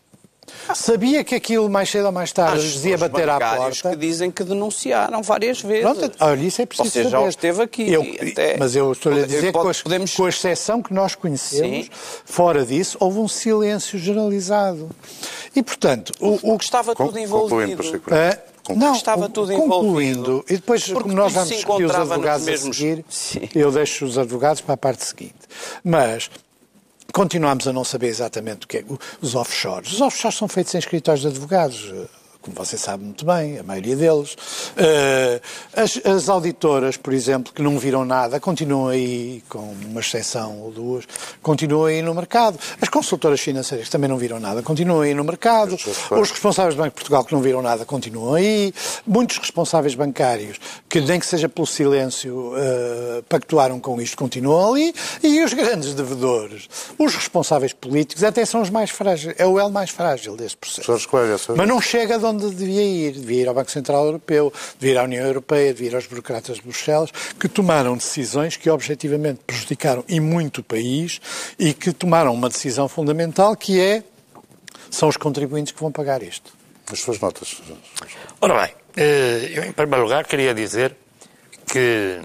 B: Sabia que aquilo mais cedo ou mais tarde lhes ia bater à porta.
D: Que dizem que denunciaram várias vezes.
B: Pronto, olha, isso é preciso
D: Você
B: saber.
D: já esteve aqui.
B: Eu,
D: até...
B: Mas eu estou-lhe a dizer que,
D: pode, podemos...
B: com a exceção que nós conhecemos,
D: Sim.
B: fora disso, houve um silêncio generalizado. E, portanto, o, o
D: que estava tudo envolvido.
B: É, não,
D: estava tudo
B: concluindo,
D: envolvido.
B: E depois,
D: Porque
B: como nós vamos
D: se
B: discutir os advogados
D: mesmos...
B: a seguir,
D: Sim.
B: eu deixo os advogados para a parte seguinte. Mas... continuamos a não saber exatamente o que é. Os offshores. Os offshores são feitos em escritórios de advogados, como você sabe muito bem, a maioria deles. Uh, as, as auditoras, por exemplo, que não viram nada, continuam aí, com uma exceção ou duas, continuam aí no mercado. As consultoras financeiras que também não viram nada, continuam aí no mercado. Os responsáveis do Banco de Portugal que não viram nada, continuam aí. Muitos responsáveis bancários, que nem que seja pelo silêncio, uh, pactuaram com isto, continuam ali. E os grandes devedores, os responsáveis políticos, até são os mais frágeis. É o elo mais frágil deste processo.
A: Jorge Coelho,
B: Mas não chega de onde devia ir. Devia ir ao Banco Central Europeu, devia ir à União Europeia, devia ir aos burocratas de Bruxelas, que tomaram decisões que objetivamente prejudicaram e muito o país e que tomaram uma decisão fundamental que é, são os contribuintes que vão pagar isto.
A: As suas notas.
C: Ora bem, eu em primeiro lugar queria dizer que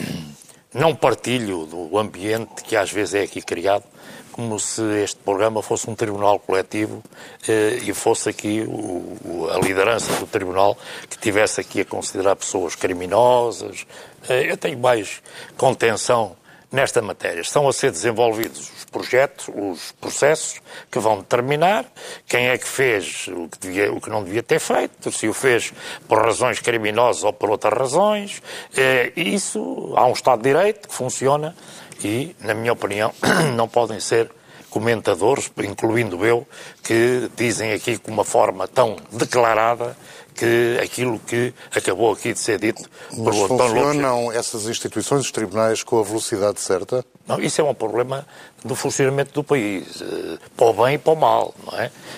C: não partilho do ambiente que às vezes é aqui criado, como se este programa fosse um tribunal coletivo eh, e fosse aqui o, o, a liderança do tribunal que tivesse aqui a considerar pessoas criminosas. Eh, eu tenho mais contenção nesta matéria. Estão a ser desenvolvidos os projetos, os processos que vão determinar quem é que fez o que, devia, o que não devia ter feito, se o fez por razões criminosas ou por outras razões. Eh, isso, há um Estado de Direito que funciona e, na minha opinião, não podem ser comentadores, incluindo eu, que dizem aqui com uma forma tão declarada que aquilo que acabou aqui de ser dito por
A: Mas
C: o António Lopes...
A: funcionam essas instituições, os tribunais, com a velocidade certa?
C: Não, isso é um problema do funcionamento do país, para o bem e para o mal, não é?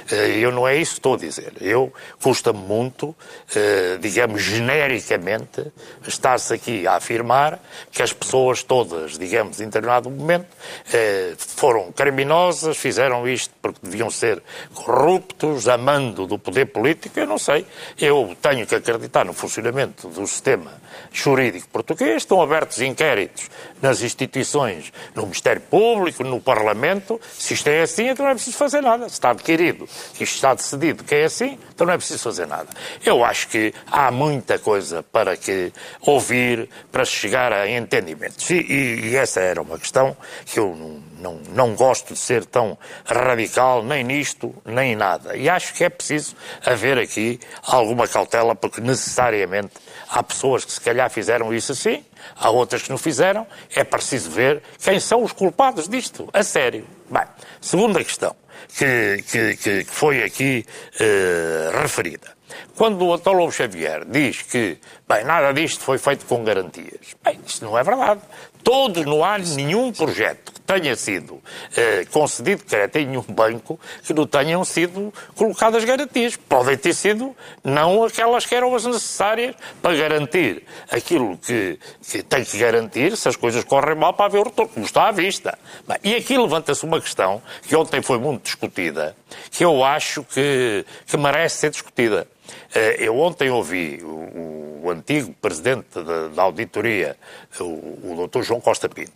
C: Eu não é isso que estou a dizer. Eu, custa-me muito, digamos, genericamente, estar-se aqui a afirmar que as pessoas todas, digamos, em determinado momento, foram criminosas, fizeram isto porque deviam ser corruptos, amando do poder político. Eu não sei. Eu tenho que acreditar no funcionamento do sistema jurídico português. Estão abertos inquéritos nas instituições, no Ministério Público, no Parlamento. Se isto é assim, então não é preciso fazer nada. Se está adquirido, que isto está decidido que é assim, então não é preciso fazer nada. Eu acho que há muita coisa para que ouvir, para chegar a entendimentos. E, e, e essa era uma questão que eu não, não, não gosto de ser tão radical, nem nisto, nem em nada. E acho que é preciso haver aqui alguma cautela, porque necessariamente há pessoas que se calhar fizeram isso assim, há outras que não fizeram. É preciso ver quem são os culpados disto, a sério. Bem, segunda questão que, que, que foi aqui eh, referida. Quando o António Lobo Xavier diz que, bem, nada disto foi feito com garantias, bem, isto não é verdade. Todos, não há nenhum projeto que tenha sido eh, concedido crédito em nenhum banco que não tenham sido colocadas garantias. Podem ter sido não aquelas que eram as necessárias para garantir aquilo que, que tem que garantir se as coisas correm mal para haver o retorno, como está à vista. Bem, e aqui levanta-se uma questão que ontem foi muito discutida, que eu acho que, que merece ser discutida. Eu ontem ouvi o, o antigo presidente da, da auditoria, o, o doutor João Costa Pinto,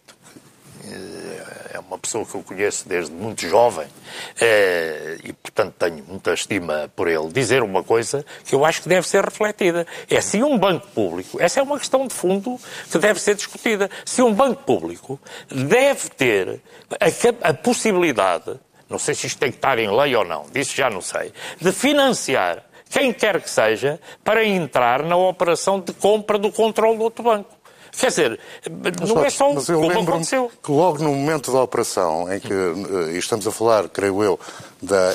C: é uma pessoa que eu conheço desde muito jovem e, portanto, tenho muita estima por ele, dizer uma coisa que eu acho que deve ser refletida. É se um banco público, essa é uma questão de fundo que deve ser discutida, se um banco público deve ter a, a possibilidade, não sei se isto tem que estar em lei ou não, disso já não sei, de financiar quem quer que seja, para entrar na operação de compra do controle do outro banco. Quer dizer, mas, não é só o que aconteceu.
A: Que logo no momento da operação, em que e estamos a falar, creio eu, da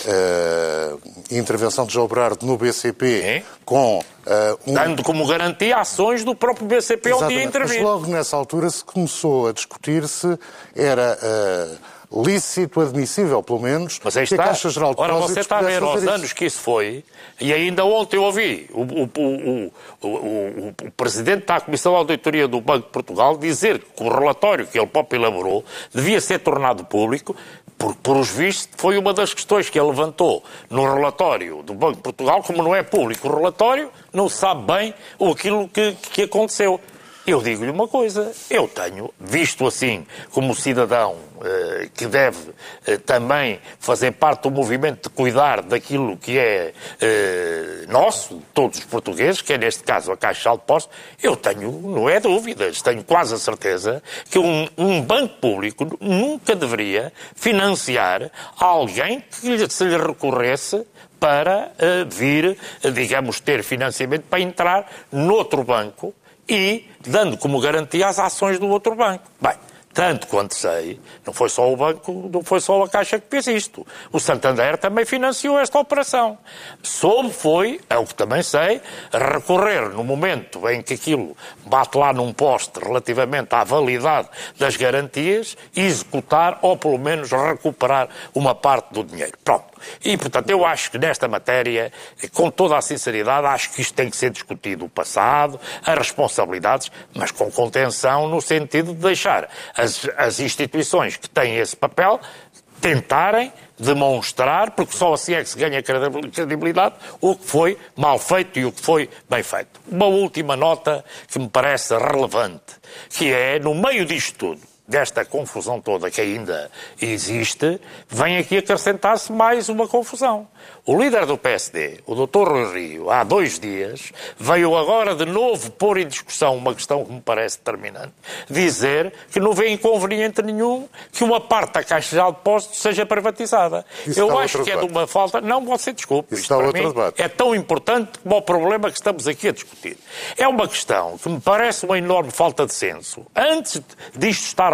A: uh, intervenção de João Berardo no B C P, é? com... Uh, um...
C: Dando como garantia ações do próprio B C P ao dia intervir.
A: Mas logo nessa altura se começou a discutir se era... Uh, lícito, admissível, pelo menos,
C: mas aí está.
A: Que a Caixa Geral de Depósitos.
C: Ora, você está a ver aos
A: isso.
C: anos que isso foi, e ainda ontem eu ouvi o, o, o, o, o, o Presidente da Comissão de Auditoria do Banco de Portugal dizer que o relatório que ele próprio elaborou devia ser tornado público, porque, por os vistos, foi uma das questões que ele levantou no relatório do Banco de Portugal. Como não é público o relatório, não se sabe bem aquilo que, que aconteceu. Eu digo-lhe uma coisa, eu tenho, visto assim como cidadão eh, que deve eh, também fazer parte do movimento de cuidar daquilo que é eh, nosso, todos os portugueses, que é neste caso a Caixa Geral de Depósitos, eu tenho, não é dúvidas, tenho quase a certeza que um, um banco público nunca deveria financiar alguém que lhe, se lhe recorresse para eh, vir, digamos, ter financiamento para entrar noutro banco e dando como garantia as ações do outro banco. Bem, tanto quanto sei, não foi só o banco, não foi só a Caixa que fez isto. O Santander também financiou esta operação. Soube foi, é o que também sei, recorrer no momento em que aquilo bate lá num poste relativamente à validade das garantias e executar ou pelo menos recuperar uma parte do dinheiro. Pronto. E, portanto, eu acho que nesta matéria, com toda a sinceridade, acho que isto tem que ser discutido o passado, as responsabilidades, mas com contenção no sentido de deixar as, as instituições que têm esse papel tentarem demonstrar, porque só assim é que se ganha credibilidade, o que foi mal feito e o que foi bem feito. Uma última nota que me parece relevante, que é, no meio disto tudo, desta confusão toda que ainda existe, vem aqui acrescentar-se mais uma confusão. O líder do P S D, o doutor Rui Rio, há dois dias, veio agora de novo pôr em discussão uma questão que me parece determinante. Dizer que não vê inconveniente nenhum que uma parte da Caixa Geral de Depósitos seja privatizada.
A: Isso
C: Eu acho que é de uma falta... Não, você desculpe.
A: Isso
C: isto para mim
A: debate.
C: É tão importante como o problema que estamos aqui a discutir. É uma questão que me parece uma enorme falta de senso. Antes disto estar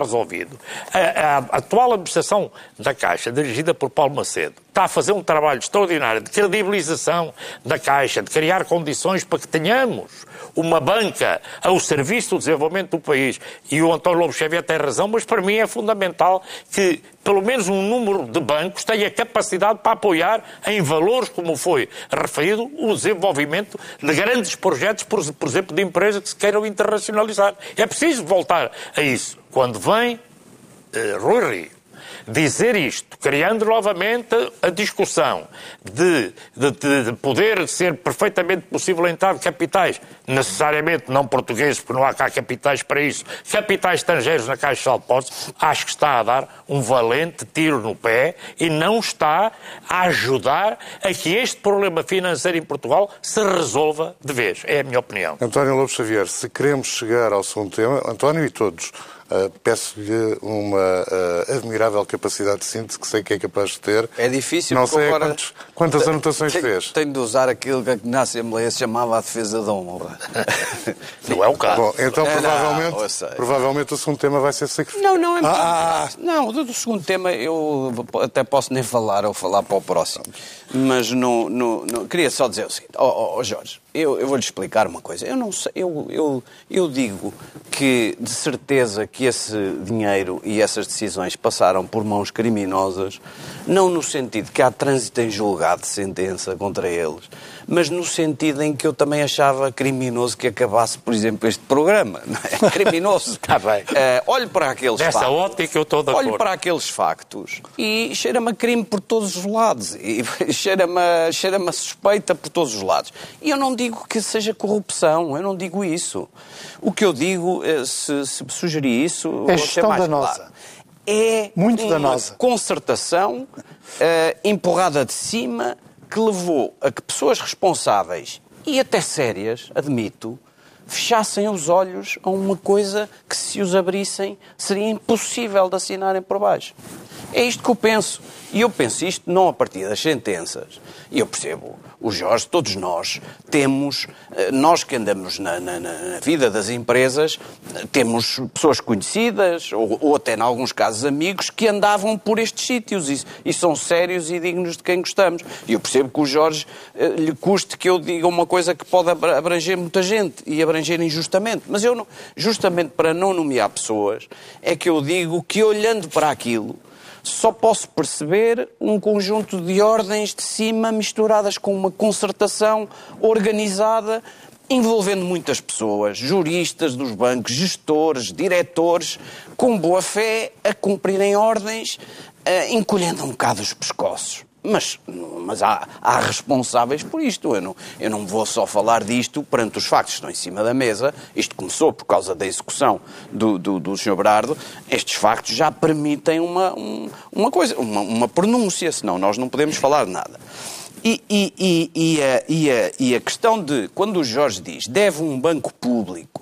C: resolvido. A, a, a atual administração da Caixa, dirigida por Paulo Macedo, está a fazer um trabalho extraordinário de credibilização da Caixa, de criar condições para que tenhamos uma banca ao serviço do desenvolvimento do país. E o António Lobo Xavier tem razão, mas para mim é fundamental que pelo menos um número de bancos tenha capacidade para apoiar em valores, como foi referido, o desenvolvimento de grandes projetos, por, por exemplo, de empresas que se queiram internacionalizar. É preciso voltar a isso. Quando vem uh, Rui Rio dizer isto, criando novamente a discussão de, de, de, de poder ser perfeitamente possível entrar de capitais, necessariamente não portugueses, porque não há cá capitais para isso, capitais estrangeiros na Caixa de Depósitos, acho que está a dar um valente tiro no pé e não está a ajudar a que este problema financeiro em Portugal se resolva de vez. É a minha opinião.
A: António Lobo Xavier, se queremos chegar ao segundo tema, António e todos, Uh, peço-lhe uma uh, admirável capacidade de síntese que sei que é capaz de ter.
D: É difícil.
A: Não sei
D: agora...
A: quantos, quantas anotações
D: tenho,
A: fez.
D: Tenho de usar aquilo que na Assembleia se chamava a defesa da honra.
C: Não é o caso.
A: Bom, então
D: é,
A: provavelmente,
D: não,
A: provavelmente o segundo tema vai ser sacrifício.
D: Não, não é muito.
B: Ah,
D: não, do, do segundo tema eu até posso nem falar ou falar para o próximo. Mas no, no, no, queria só dizer o seguinte. Ó oh, oh, Jorge, eu, eu vou-lhe explicar uma coisa. Eu não sei, eu, eu, eu digo que de certeza que esse dinheiro e essas decisões passaram por mãos criminosas, não no sentido que há trânsito em julgado de sentença contra eles, mas no sentido em que eu também achava criminoso que acabasse, por exemplo, este programa. Não é? Criminoso.
C: Está bem.
D: Uh, olho para aqueles
C: Nessa
D: factos.
C: ótica eu estou de acordo.
D: Olho para aqueles factos e cheira-me a crime por todos os lados. E cheira-me a, cheira-me a suspeita por todos os lados. E eu não digo que seja corrupção. Eu não digo isso. O que eu digo, se, se sugerir isso...
B: É gestão danosa.
D: Claro, é
B: muito
D: uma
B: danosa.
D: Concertação uh, empurrada de cima que levou a que pessoas responsáveis e até sérias, admito, fechassem os olhos a uma coisa que, se os abrissem, seria impossível de assinarem por baixo. É isto que eu penso. E eu penso isto não a partir das sentenças. E eu percebo, o Jorge, todos nós temos, nós que andamos na, na, na vida das empresas, temos pessoas conhecidas, ou, ou até, em alguns casos, amigos, que andavam por estes sítios e, e são sérios e dignos de quem gostamos. E eu percebo que o Jorge lhe custe que eu diga uma coisa que pode abranger muita gente e abranger injustamente. Mas eu, não, justamente para não nomear pessoas, é que eu digo que, olhando para aquilo, só posso perceber um conjunto de ordens de cima misturadas com uma concertação organizada envolvendo muitas pessoas, juristas dos bancos, gestores, diretores, com boa fé a cumprirem ordens, uh, encolhendo um bocado os pescoços. Mas, mas há, há responsáveis por isto. Eu não, eu não vou só falar disto perante os factos que estão em cima da mesa. Isto começou por causa da execução do, do, do senhor Brardo. Estes factos já permitem uma, um, uma coisa, uma, uma pronúncia, senão nós não podemos falar de nada. E, e, e, e, a, e, a, e a questão de, quando o Jorge diz, deve um banco público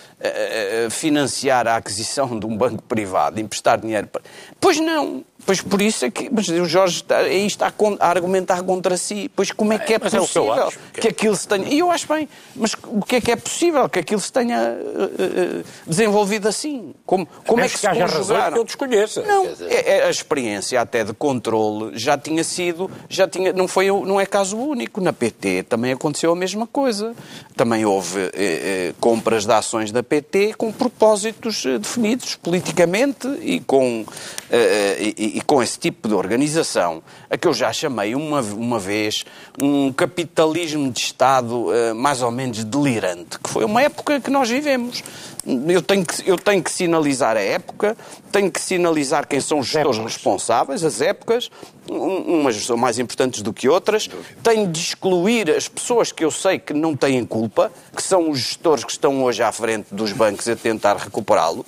D: uh, financiar a aquisição de um banco privado, emprestar dinheiro para... Pois não. Pois por isso é que... Mas o Jorge está, aí está a argumentar contra si. Pois como é que é,
C: mas
D: possível
C: é o que, eu acho.
D: que aquilo se tenha... E eu acho bem, mas o que é que é possível que aquilo se tenha uh, uh, desenvolvido assim? Como, como é que se conjugaram?
C: Que eu desconheça.
D: Não, é, é, a experiência até de controle já tinha sido... Já tinha, não, foi, não é caso único. Na P T também aconteceu a mesma coisa. Também houve uh, uh, compras de ações da P T com propósitos uh, definidos politicamente e com... Uh, e, e com esse tipo de organização, a que eu já chamei uma, uma vez um capitalismo de Estado uh, mais ou menos delirante, que foi uma época que nós vivemos. Eu tenho que, eu tenho que sinalizar a época, tenho que sinalizar quem são os gestores responsáveis, as épocas, umas são mais importantes do que outras, tenho de excluir as pessoas que eu sei que não têm culpa, que são os gestores que estão hoje à frente dos bancos a tentar recuperá-los,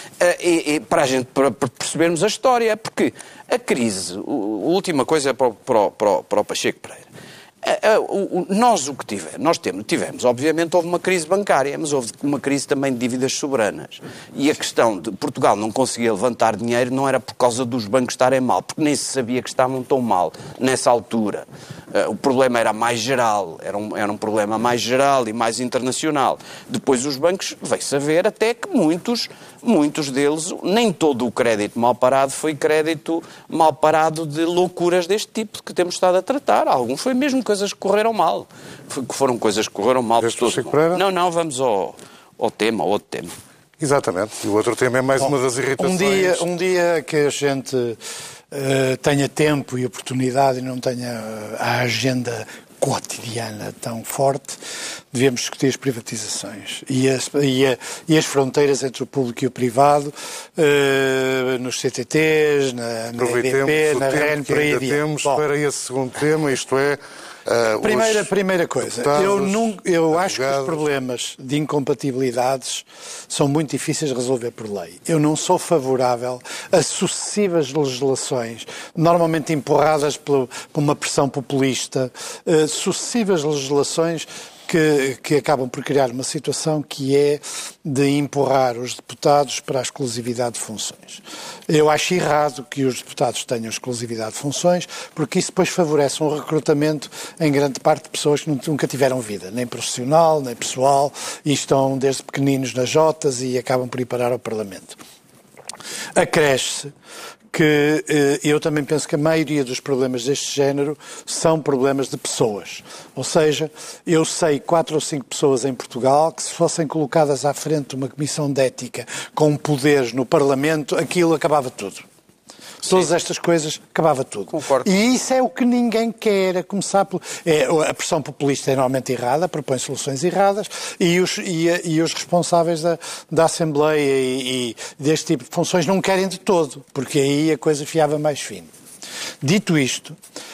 D: e, e, para a gente para percebermos a história, porque a crise, a última coisa é para, para, para, para o Pacheco Pereira. Nós o que tivemos, nós temos, tivemos, obviamente houve uma crise bancária, mas houve uma crise também de dívidas soberanas. E a questão de Portugal não conseguir levantar dinheiro não era por causa dos bancos estarem mal, porque nem se sabia que estavam tão mal nessa altura. Uh, o problema era mais geral, era um, era um problema mais geral e mais internacional. Depois os bancos, veio-se a ver até que muitos, muitos deles, nem todo o crédito mal parado foi crédito mal parado de loucuras deste tipo que temos estado a tratar. Alguns foi mesmo coisas que correram mal. Foi, foram coisas que correram mal. Não, não, vamos ao, ao tema, ao outro tema.
A: Exatamente. E o outro tema é mais Bom, uma das irritações.
B: Um dia, um dia que a gente uh, tenha tempo e oportunidade e não tenha a agenda cotidiana tão forte, devemos discutir as privatizações e as, e, a, e as fronteiras entre o público e o privado, uh, nos C T Ts, na, na E D P, na R E N, por aí adiante.
A: Temos Bom, para esse segundo tema, isto é... Uh,
B: primeira, primeira coisa, eu, não, eu acho que os problemas de incompatibilidades são muito difíceis de resolver por lei. Eu não sou favorável a sucessivas legislações, normalmente empurradas por, por uma pressão populista, uh, sucessivas legislações Que, que acabam por criar uma situação que é de empurrar os deputados para a exclusividade de funções. Eu acho errado que os deputados tenham exclusividade de funções, porque isso depois favorece um recrutamento em grande parte de pessoas que nunca tiveram vida, nem profissional, nem pessoal, e estão desde pequeninos nas jotas e acabam por ir parar ao Parlamento. Acresce que eh, eu também penso que a maioria dos problemas deste género são problemas de pessoas. Ou seja, eu sei quatro ou cinco pessoas em Portugal que se fossem colocadas à frente de uma comissão de ética com poderes no Parlamento, aquilo acabava tudo. Sim. Todas estas coisas, acabava tudo.
D: Concordo.
B: E isso é o que ninguém quer, a começar por... É, a pressão populista é normalmente errada, propõe soluções erradas, e os, e, e os responsáveis da, da Assembleia e, e deste tipo de funções não querem de todo, porque aí a coisa fiava mais fino. Dito isto,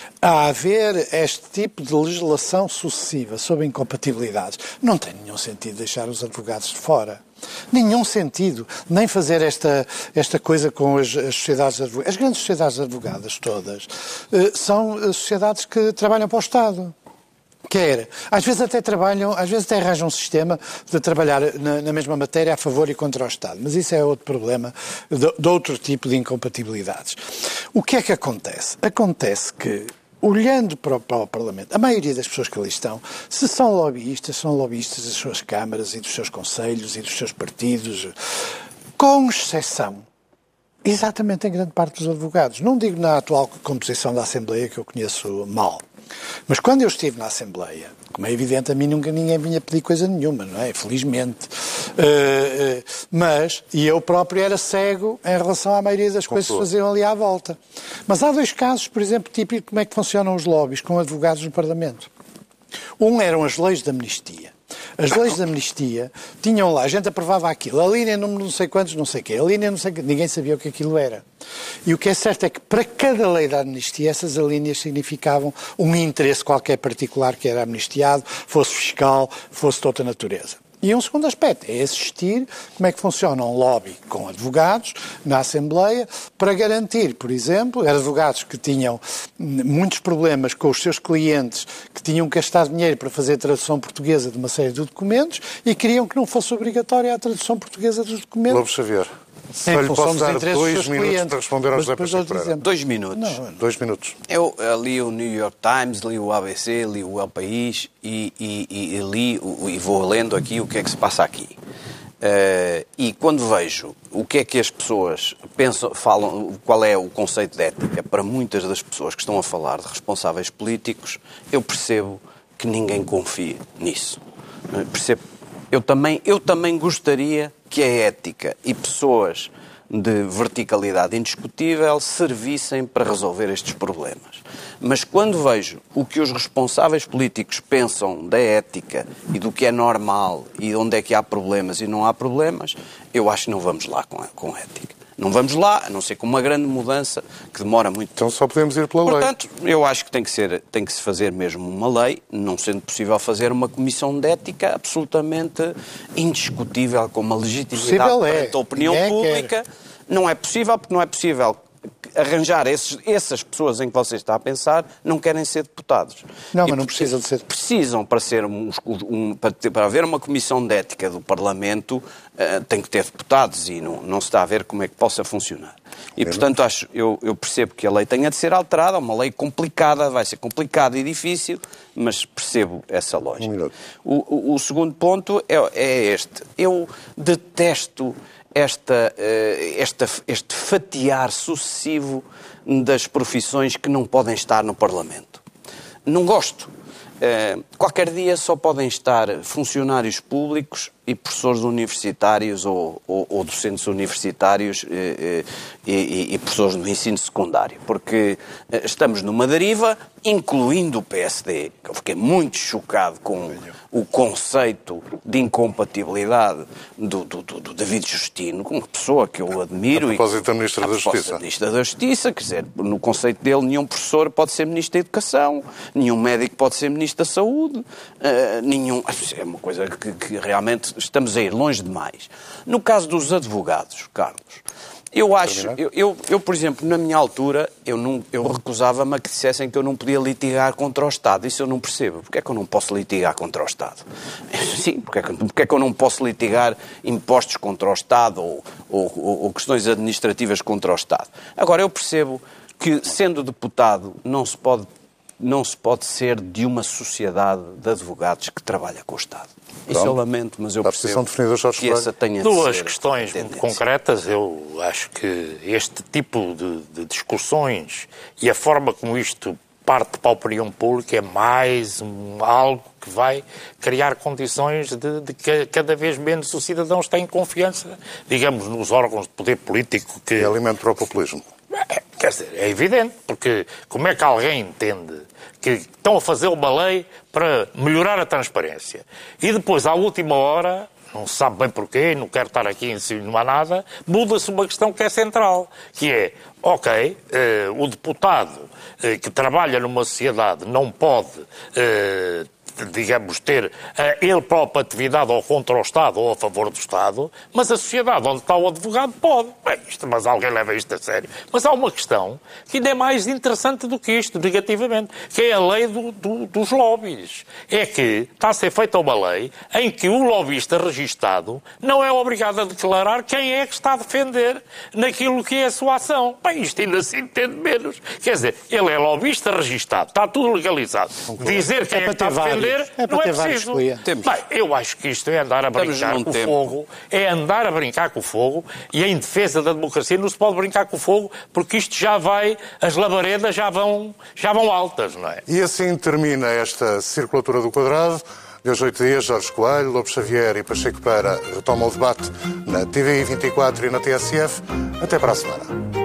B: a haver este tipo de legislação sucessiva sobre incompatibilidades, não tem nenhum sentido deixar os advogados de fora. Nenhum sentido. Nem fazer esta, esta coisa com as, as sociedades advogadas. As grandes sociedades advogadas todas eh, são sociedades que trabalham para o Estado. Quer. Às vezes até trabalham, às vezes até arranjam um sistema de trabalhar na, na mesma matéria a favor e contra o Estado. Mas isso é outro problema de, de outro tipo de incompatibilidades. O que é que acontece? Acontece que, olhando para o, para o Parlamento, a maioria das pessoas que ali estão, se são lobbyistas, são lobbyistas das suas câmaras e dos seus conselhos e dos seus partidos, com exceção, exatamente em grande parte dos advogados. Não digo na atual composição da Assembleia, que eu conheço mal. Mas quando eu estive na Assembleia, como é evidente, a mim nunca ninguém vinha pedir coisa nenhuma, não é? Felizmente. Uh, uh, mas, e eu próprio era cego em relação à maioria das coisas que se faziam ali à volta. Mas há dois casos, por exemplo, típicos de como é que funcionam os lobbies com advogados no Parlamento. Um eram as leis de amnistia. As leis de amnistia tinham lá, a gente aprovava aquilo, a linha número não sei quantos, não sei o quê, a linha não sei o quê, ninguém sabia o que aquilo era. E o que é certo é que para cada lei da amnistia, essas alíneas significavam um interesse qualquer particular que era amnistiado, fosse fiscal, fosse de outra natureza. E um segundo aspecto é assistir como é que funciona um lobby com advogados na Assembleia para garantir, por exemplo, advogados que tinham muitos problemas com os seus clientes, que tinham que gastar dinheiro para fazer a tradução portuguesa de uma série de documentos e queriam que não fosse obrigatória a tradução portuguesa dos documentos.
A: Lobo Xavier, só lhe posso dar dois minutos para responder ao José Pacheco Pereira.
D: Dois minutos.
B: Não,
A: dois minutos.
D: Eu li o New York Times, li o A B C, li o El País e, e, e, e li e vou lendo aqui o que é que se passa aqui. Uh, e quando vejo o que é que as pessoas pensam, falam, qual é o conceito de ética para muitas das pessoas que estão a falar de responsáveis políticos, eu percebo que ninguém confia nisso. Uh, percebo. Eu também, eu também gostaria que a ética e pessoas de verticalidade indiscutível servissem para resolver estes problemas. Mas quando vejo o que os responsáveis políticos pensam da ética e do que é normal e onde é que há problemas e não há problemas, eu acho que não vamos lá com a, com a ética. Não vamos lá, a não ser com uma grande mudança que demora muito tempo.
A: Então só podemos ir pela lei.
D: Portanto, eu acho que tem que ser, tem que se fazer mesmo uma lei, não sendo possível fazer uma comissão de ética absolutamente indiscutível, com uma legitimidade
B: é.
D: perante a opinião
B: Ninguém
D: pública.
B: Quer.
D: Não é possível, porque não é possível arranjar esses, essas pessoas em que você está a pensar, não querem ser deputados.
B: Não,
D: e
B: mas não precisam de ser deputados.
D: Precisam, para, ser um, um, para, ter, para haver uma comissão de ética do Parlamento, uh, tem que ter deputados e não, não se está a ver como é que possa funcionar. E, é, portanto, acho, eu, eu percebo que a lei tenha de ser alterada, uma lei complicada, vai ser complicada e difícil, mas percebo essa lógica. Um o, o, o segundo ponto é, é este. Eu detesto esta, esta, este fatiar sucessivo das profissões que não podem estar no Parlamento. Não gosto. Qualquer dia só podem estar funcionários públicos e professores universitários ou, ou, ou docentes universitários e, e, e professores do ensino secundário, porque estamos numa deriva, incluindo o P S D, que eu fiquei muito chocado com o conceito de incompatibilidade do, do, do, do David Justino, com uma pessoa que eu admiro.
A: A propósito da Ministra da Justiça.
D: Da Ministra da Justiça, quer dizer, no conceito dele, nenhum professor pode ser Ministro da Educação, nenhum médico pode ser Ministro da Saúde, uh, nenhum... É uma coisa que, que realmente estamos a ir longe demais. No caso dos advogados, Carlos, eu acho, eu, eu, eu por exemplo, na minha altura, eu, não, eu recusava-me a que dissessem que eu não podia litigar contra o Estado. Isso eu não percebo. Porquê é que eu não posso litigar contra o Estado? Sim, porquê é que, porquê é que eu não posso litigar impostos contra o Estado ou, ou, ou questões administrativas contra o Estado? Agora, eu percebo que, sendo deputado, não se pode não se pode ser de uma sociedade de advogados que trabalha com o Estado. Isso eu lamento, mas eu percebo que essa tenha de ser
C: duas questões muito concretas. Eu acho que este tipo de, de discussões e a forma como isto parte para a opinião pública é mais um, algo que vai criar condições de, de que cada vez menos os cidadãos têm confiança, digamos, nos órgãos de poder político que...
A: É alimento para o populismo.
C: É, quer dizer, é evidente, porque como é que alguém entende que estão a fazer uma lei para melhorar a transparência e depois, à última hora, não se sabe bem porquê, não quero estar aqui em insinuar nada, muda-se uma questão que é central, que é, ok, eh, o deputado eh, que trabalha numa sociedade não pode... Eh, digamos, ter uh, ele própria atividade ou contra o Estado ou a favor do Estado, mas a sociedade onde está o advogado pode. Bem, isto, mas alguém leva isto a sério. Mas há uma questão que ainda é mais interessante do que isto, negativamente, que é a lei do, do, dos lobbies. É que está a ser feita uma lei em que o lobbyista registado não é obrigado a declarar quem é que está a defender naquilo que é a sua ação. Bem, isto ainda se entende menos. Quer dizer, ele é lobbyista registado, está tudo legalizado. Dizer quem é que está a defender
B: É
C: não é preciso. Bem, eu acho que isto é andar a brincar com o fogo, é andar a brincar com o fogo, e em defesa da democracia não se pode brincar com o fogo, porque isto já vai, as labaredas já vão, já vão altas, não é?
A: E assim termina esta circulatura do quadrado. De hoje a oito dias, Jorge Coelho, Lobo Xavier e Pacheco Pereira retomam o debate na T V I vinte e quatro e na T S F. Até para a semana.